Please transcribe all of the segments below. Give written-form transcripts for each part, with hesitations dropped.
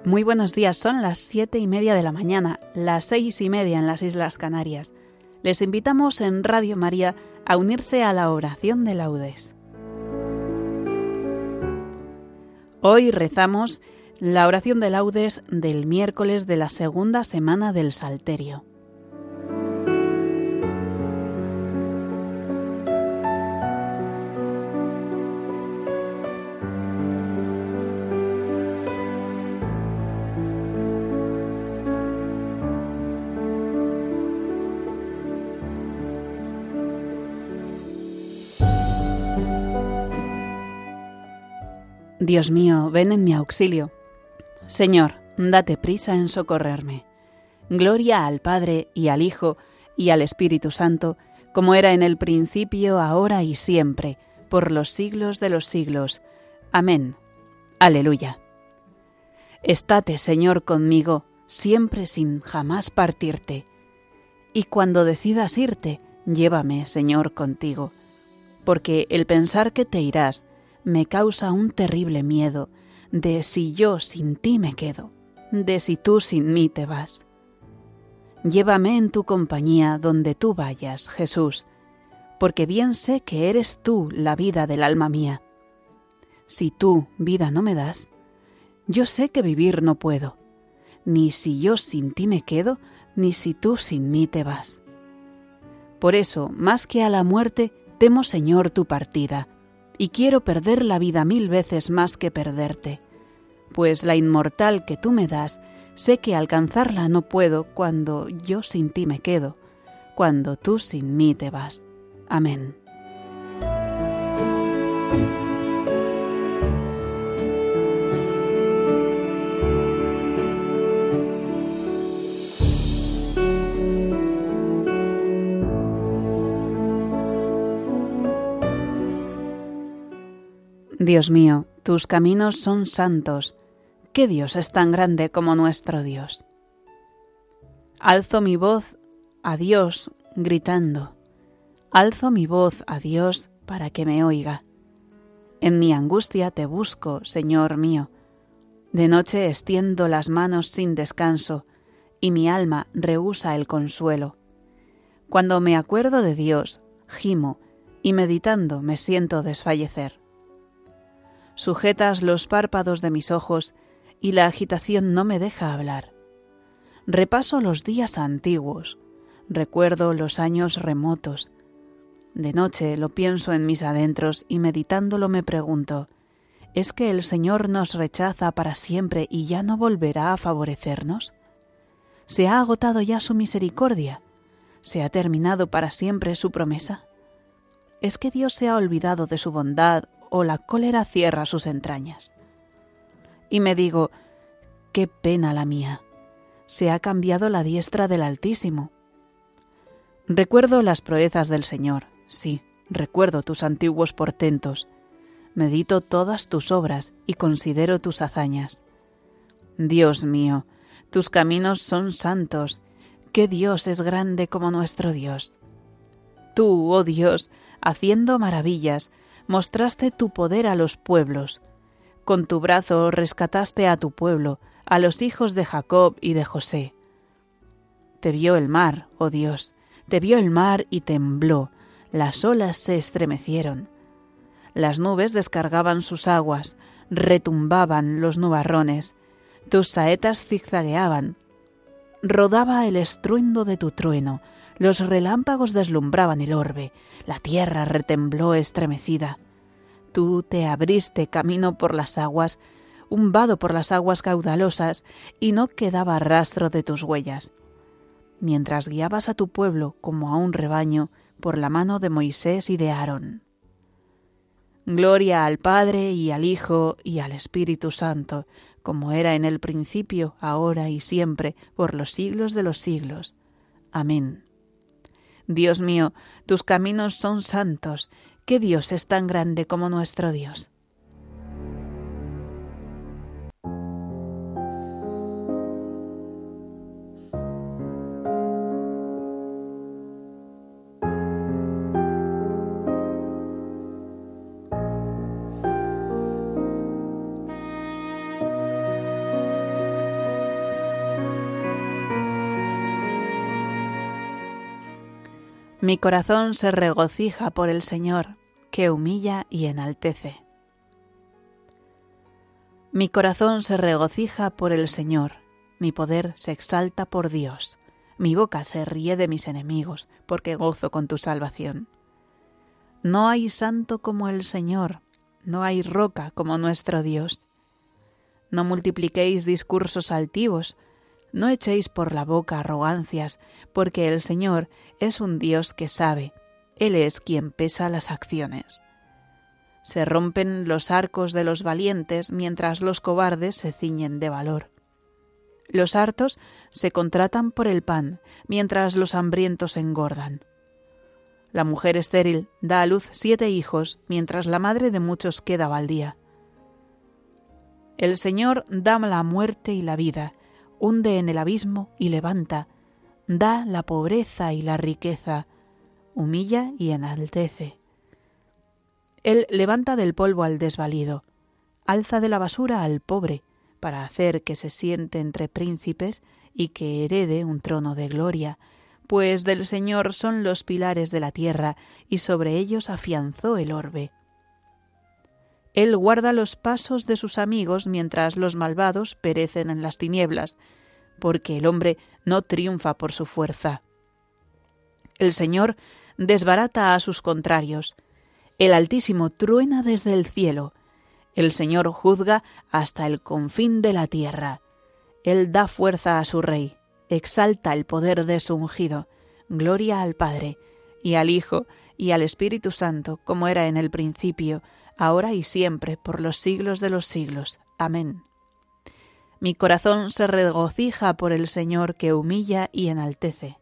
Muy buenos días, son las 7:30 de la mañana, las 6:30 en las Islas Canarias. Les invitamos en Radio María a unirse a la oración de laudes. Hoy rezamos la oración de laudes del miércoles de la segunda semana del Salterio. Dios mío, ven en mi auxilio. Señor, date prisa en socorrerme. Gloria al Padre, y al Hijo, y al Espíritu Santo, como era en el principio, ahora y siempre, por los siglos de los siglos. Amén. Aleluya. Estate, Señor, conmigo, siempre sin jamás partirte. Y cuando decidas irte, llévame, Señor, contigo. Porque el pensar que te irás me causa un terrible miedo de si yo sin ti me quedo, de si tú sin mí te vas. Llévame en tu compañía donde tú vayas, Jesús, porque bien sé que eres tú la vida del alma mía. Si tú vida no me das, yo sé que vivir no puedo, ni si yo sin ti me quedo, ni si tú sin mí te vas. Por eso, más que a la muerte, temo, Señor, tu partida, y quiero perder la vida 1000 veces más que perderte, pues la inmortal que tú me das, sé que alcanzarla no puedo cuando yo sin ti me quedo, cuando tú sin mí te vas. Amén. Dios mío, tus caminos son santos. ¿Qué Dios es tan grande como nuestro Dios? Alzo mi voz a Dios gritando. Alzo mi voz a Dios para que me oiga. En mi angustia te busco, Señor mío. De noche extiendo las manos sin descanso, y mi alma rehúsa el consuelo. Cuando me acuerdo de Dios, gimo, y meditando me siento desfallecer. Sujetas los párpados de mis ojos y la agitación no me deja hablar. Repaso los días antiguos, recuerdo los años remotos. De noche lo pienso en mis adentros y meditándolo me pregunto, ¿es que el Señor nos rechaza para siempre y ya no volverá a favorecernos? ¿Se ha agotado ya su misericordia? ¿Se ha terminado para siempre su promesa? ¿Es que Dios se ha olvidado de su bondad o la cólera cierra sus entrañas? Y me digo, qué pena la mía, se ha cambiado la diestra del Altísimo. Recuerdo las proezas del Señor, sí, recuerdo tus antiguos portentos, medito todas tus obras y considero tus hazañas. Dios mío, tus caminos son santos, ¿qué Dios es grande como nuestro Dios? Tú, oh Dios, haciendo maravillas, mostraste tu poder a los pueblos. Con tu brazo rescataste a tu pueblo, a los hijos de Jacob y de José. Te vio el mar, oh Dios, te vio el mar y tembló, las olas se estremecieron. Las nubes descargaban sus aguas, retumbaban los nubarrones, tus saetas zigzagueaban. Rodaba el estruendo de tu trueno, los relámpagos deslumbraban el orbe, la tierra retembló estremecida. Tú te abriste camino por las aguas, un vado por las aguas caudalosas, y no quedaba rastro de tus huellas. Mientras guiabas a tu pueblo como a un rebaño por la mano de Moisés y de Aarón. Gloria al Padre y al Hijo y al Espíritu Santo, como era en el principio, ahora y siempre, por los siglos de los siglos. Amén. Dios mío, tus caminos son santos. ¿Qué Dios es tan grande como nuestro Dios? Mi corazón se regocija por el Señor, que humilla y enaltece. Mi corazón se regocija por el Señor, mi poder se exalta por Dios. Mi boca se ríe de mis enemigos, porque gozo con tu salvación. No hay santo como el Señor, no hay roca como nuestro Dios. No multipliquéis discursos altivos, no echéis por la boca arrogancias, porque el Señor es un Dios que sabe, Él es quien pesa las acciones. Se rompen los arcos de los valientes, mientras los cobardes se ciñen de valor. Los hartos se contratan por el pan, mientras los hambrientos engordan. La mujer estéril da a luz 7 hijos, mientras la madre de muchos queda baldía. El Señor da la muerte y la vida, hunde en el abismo y levanta, da la pobreza y la riqueza, humilla y enaltece. Él levanta del polvo al desvalido, alza de la basura al pobre, para hacer que se siente entre príncipes y que herede un trono de gloria, pues del Señor son los pilares de la tierra, y sobre ellos afianzó el orbe. Él guarda los pasos de sus amigos, mientras los malvados perecen en las tinieblas, porque el hombre no triunfa por su fuerza. El Señor desbarata a sus contrarios, el Altísimo truena desde el cielo, el Señor juzga hasta el confín de la tierra. Él da fuerza a su Rey, exalta el poder de su ungido. Gloria al Padre, y al Hijo, y al Espíritu Santo, como era en el principio, ahora y siempre, por los siglos de los siglos. Amén. Mi corazón se regocija por el Señor, que humilla y enaltece.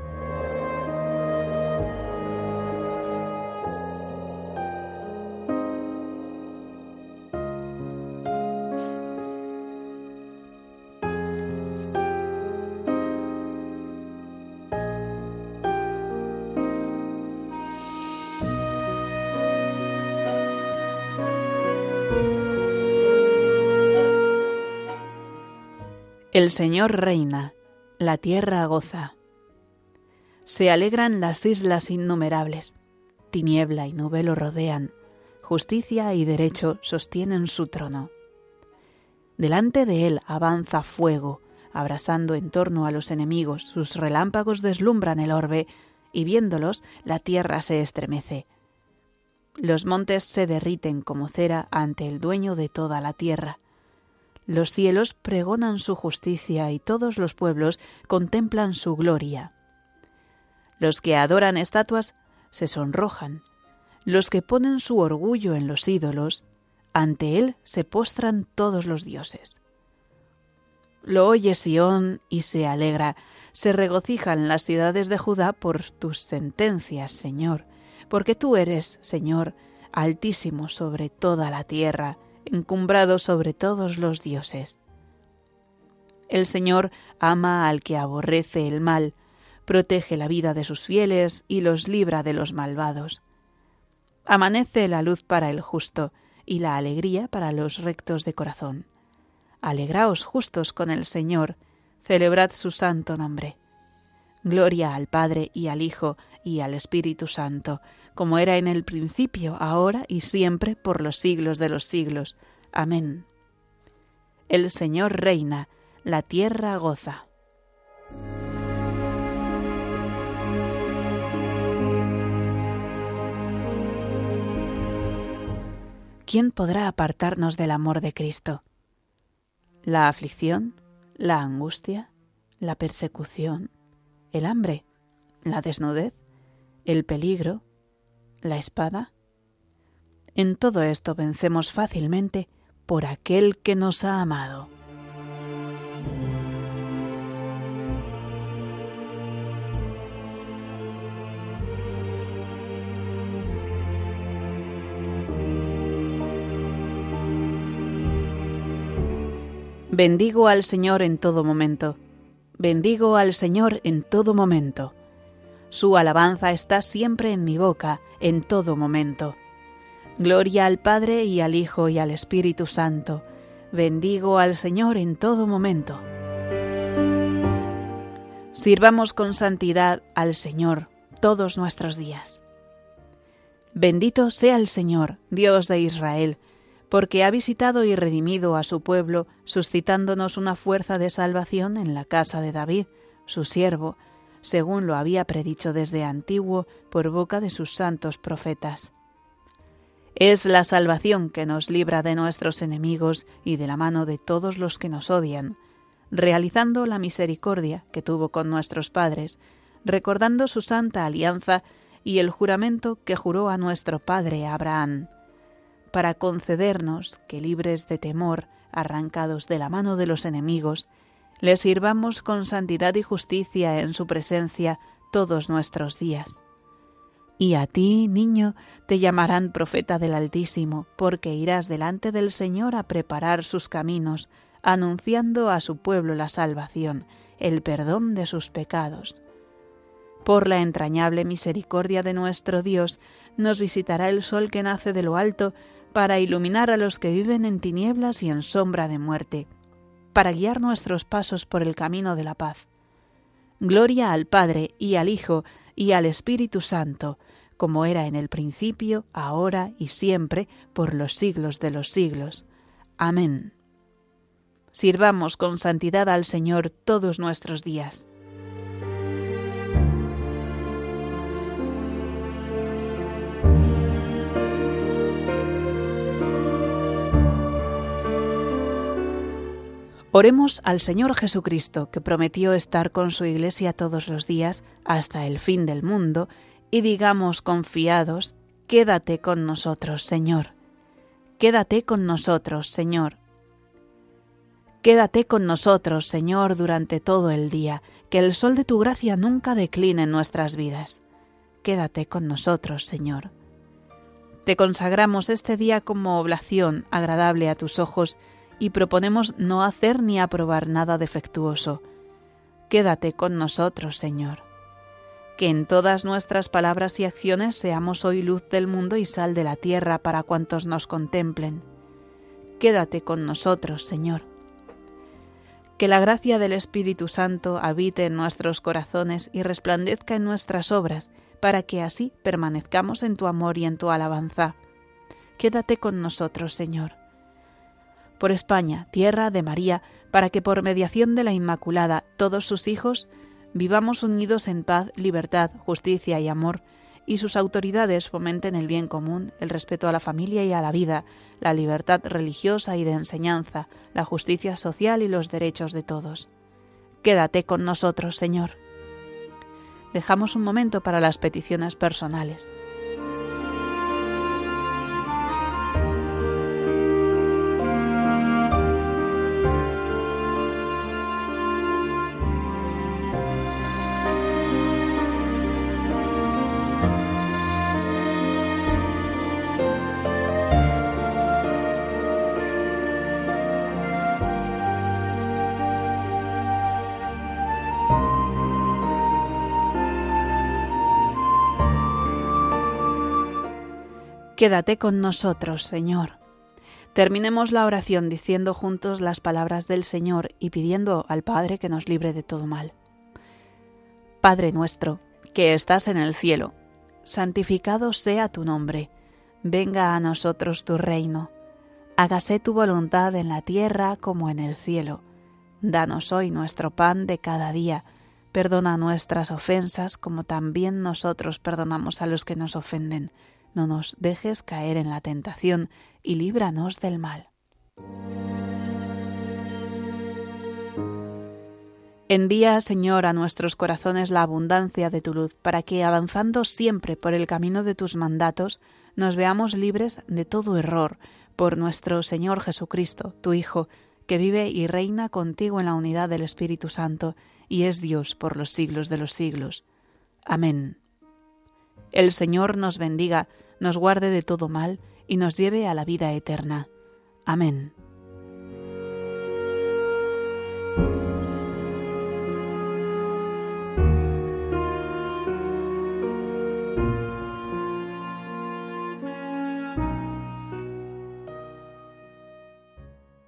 El Señor reina, la tierra goza. Se alegran las islas innumerables, tiniebla y nube lo rodean, justicia y derecho sostienen su trono. Delante de él avanza fuego, abrasando en torno a los enemigos, sus relámpagos deslumbran el orbe, y viéndolos la tierra se estremece. Los montes se derriten como cera ante el dueño de toda la tierra. Los cielos pregonan su justicia y todos los pueblos contemplan su gloria. Los que adoran estatuas se sonrojan. Los que ponen su orgullo en los ídolos, ante él se postran todos los dioses. Lo oye Sión y se alegra, se regocijan las ciudades de Judá por tus sentencias, Señor, porque tú eres, Señor, altísimo sobre toda la tierra, encumbrado sobre todos los dioses. El Señor ama al que aborrece el mal, protege la vida de sus fieles y los libra de los malvados. Amanece la luz para el justo y la alegría para los rectos de corazón. Alegraos justos con el Señor, celebrad su santo nombre. Gloria al Padre y al Hijo y al Espíritu Santo, como era en el principio, ahora y siempre, por los siglos de los siglos. Amén. El Señor reina, la tierra goza. ¿Quién podrá apartarnos del amor de Cristo? ¿La aflicción? ¿La angustia? ¿La persecución? ¿El hambre? ¿La desnudez? ¿El peligro? ¿La espada? En todo esto vencemos fácilmente por aquel que nos ha amado. Bendigo al Señor en todo momento. Bendigo al Señor en todo momento. Su alabanza está siempre en mi boca, en todo momento. Gloria al Padre y al Hijo y al Espíritu Santo. Bendigo al Señor en todo momento. Sirvamos con santidad al Señor, todos nuestros días. Bendito sea el Señor, Dios de Israel, porque ha visitado y redimido a su pueblo, suscitándonos una fuerza de salvación en la casa de David, su siervo, según lo había predicho desde antiguo por boca de sus santos profetas. Es la salvación que nos libra de nuestros enemigos y de la mano de todos los que nos odian, realizando la misericordia que tuvo con nuestros padres, recordando su santa alianza y el juramento que juró a nuestro padre Abraham, para concedernos que, libres de temor, arrancados de la mano de los enemigos, le sirvamos con santidad y justicia en su presencia todos nuestros días. Y a ti, niño, te llamarán profeta del Altísimo, porque irás delante del Señor a preparar sus caminos, anunciando a su pueblo la salvación, el perdón de sus pecados. Por la entrañable misericordia de nuestro Dios, nos visitará el sol que nace de lo alto, para iluminar a los que viven en tinieblas y en sombra de muerte, para guiar nuestros pasos por el camino de la paz. Gloria al Padre, y al Hijo, y al Espíritu Santo, como era en el principio, ahora y siempre, por los siglos de los siglos. Amén. Sirvamos con santidad al Señor todos nuestros días. Oremos al Señor Jesucristo, que prometió estar con su Iglesia todos los días hasta el fin del mundo, y digamos confiados: quédate con nosotros, Señor. Quédate con nosotros, Señor. Quédate con nosotros, Señor, durante todo el día, que el sol de tu gracia nunca decline en nuestras vidas. Quédate con nosotros, Señor. Te consagramos este día como oblación agradable a tus ojos y proponemos no hacer ni aprobar nada defectuoso. Quédate con nosotros, Señor. Que en todas nuestras palabras y acciones seamos hoy luz del mundo y sal de la tierra para cuantos nos contemplen. Quédate con nosotros, Señor. Que la gracia del Espíritu Santo habite en nuestros corazones y resplandezca en nuestras obras, para que así permanezcamos en tu amor y en tu alabanza. Quédate con nosotros, Señor. Por España, tierra de María, para que por mediación de la Inmaculada todos sus hijos vivamos unidos en paz, libertad, justicia y amor, y sus autoridades fomenten el bien común, el respeto a la familia y a la vida, la libertad religiosa y de enseñanza, la justicia social y los derechos de todos. Quédate con nosotros, Señor. Dejamos un momento para las peticiones personales. Quédate con nosotros, Señor. Terminemos la oración diciendo juntos las palabras del Señor y pidiendo al Padre que nos libre de todo mal. Padre nuestro, que estás en el cielo, santificado sea tu nombre. Venga a nosotros tu reino. Hágase tu voluntad en la tierra como en el cielo. Danos hoy nuestro pan de cada día. Perdona nuestras ofensas como también nosotros perdonamos a los que nos ofenden. No nos dejes caer en la tentación y líbranos del mal. Envía, Señor, a nuestros corazones la abundancia de tu luz, para que, avanzando siempre por el camino de tus mandatos, nos veamos libres de todo error, por nuestro Señor Jesucristo, tu Hijo, que vive y reina contigo en la unidad del Espíritu Santo, y es Dios por los siglos de los siglos. Amén. El Señor nos bendiga, nos guarde de todo mal y nos lleve a la vida eterna. Amén.